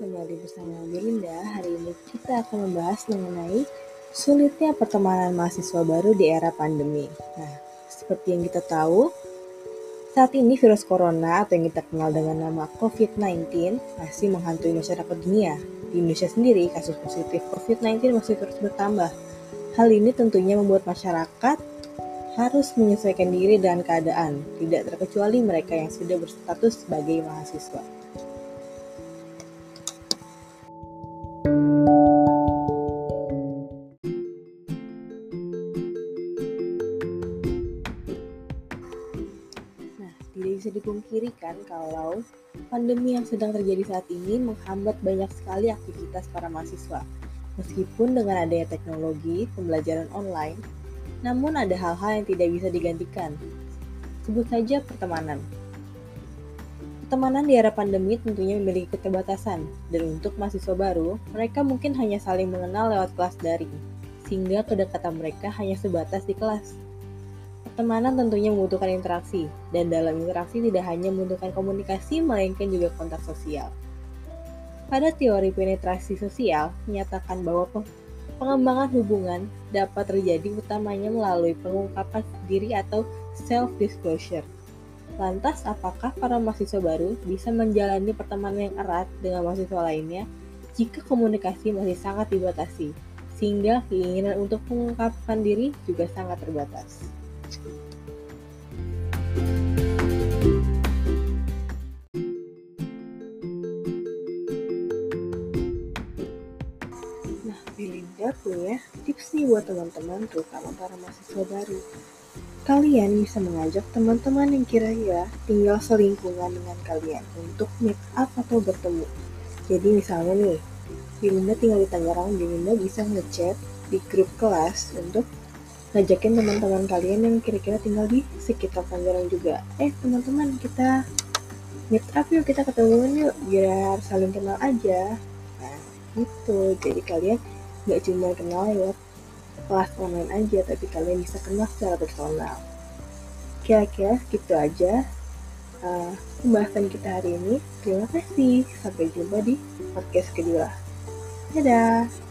kembali bersama Belinda. Hari ini kita akan membahas mengenai sulitnya pertemanan mahasiswa baru di era pandemi. Nah, seperti yang kita tahu, saat ini virus corona atau yang kita kenal dengan nama COVID-19 masih menghantui masyarakat dunia. Di Indonesia sendiri, kasus positif COVID-19 masih terus bertambah. Hal ini tentunya membuat masyarakat harus menyesuaikan diri dengan keadaan, tidak terkecuali mereka yang sudah berstatus sebagai mahasiswa. Nah, tidak bisa dipungkiri kan kalau pandemi yang sedang terjadi saat ini menghambat banyak sekali aktivitas para mahasiswa. Meskipun dengan adanya teknologi, pembelajaran online, namun ada hal-hal yang tidak bisa digantikan. Sebut saja pertemanan. Pertemanan di era pandemi tentunya memiliki keterbatasan, dan untuk mahasiswa baru, mereka mungkin hanya saling mengenal lewat kelas daring, sehingga kedekatan mereka hanya sebatas di kelas. Pertemanan tentunya membutuhkan interaksi, dan dalam interaksi tidak hanya membutuhkan komunikasi, melainkan juga kontak sosial. Pada teori penetrasi sosial, menyatakan bahwa pengembangan hubungan dapat terjadi utamanya melalui pengungkapan diri atau self-disclosure. Lantas, apakah para mahasiswa baru bisa menjalani pertemanan yang erat dengan mahasiswa lainnya jika komunikasi masih sangat dibatasi, sehingga keinginan untuk mengungkapkan diri juga sangat terbatas? Nah, Belinda punya tips nih buat teman-teman, terutama para mahasiswa baru. Kalian bisa mengajak teman-teman yang kira-kira tinggal selingkungan dengan kalian untuk meet up atau bertemu. Jadi misalnya nih, Belinda tinggal di Tangerang, Belinda bisa ngechat di grup kelas untuk ngajakin teman-teman kalian yang kira-kira tinggal di sekitar Tangerang juga. Teman-teman, kita meet up yuk, kita ketemuan yuk, biar saling kenal aja. Nah, gitu. Jadi kalian gak cuma kenal lewat kelas online aja, tapi kalian bisa kenal secara personal. Kira-kira gitu aja pembahasan kita hari ini. Terima kasih. Sampai jumpa di podcast kedua. Dadah.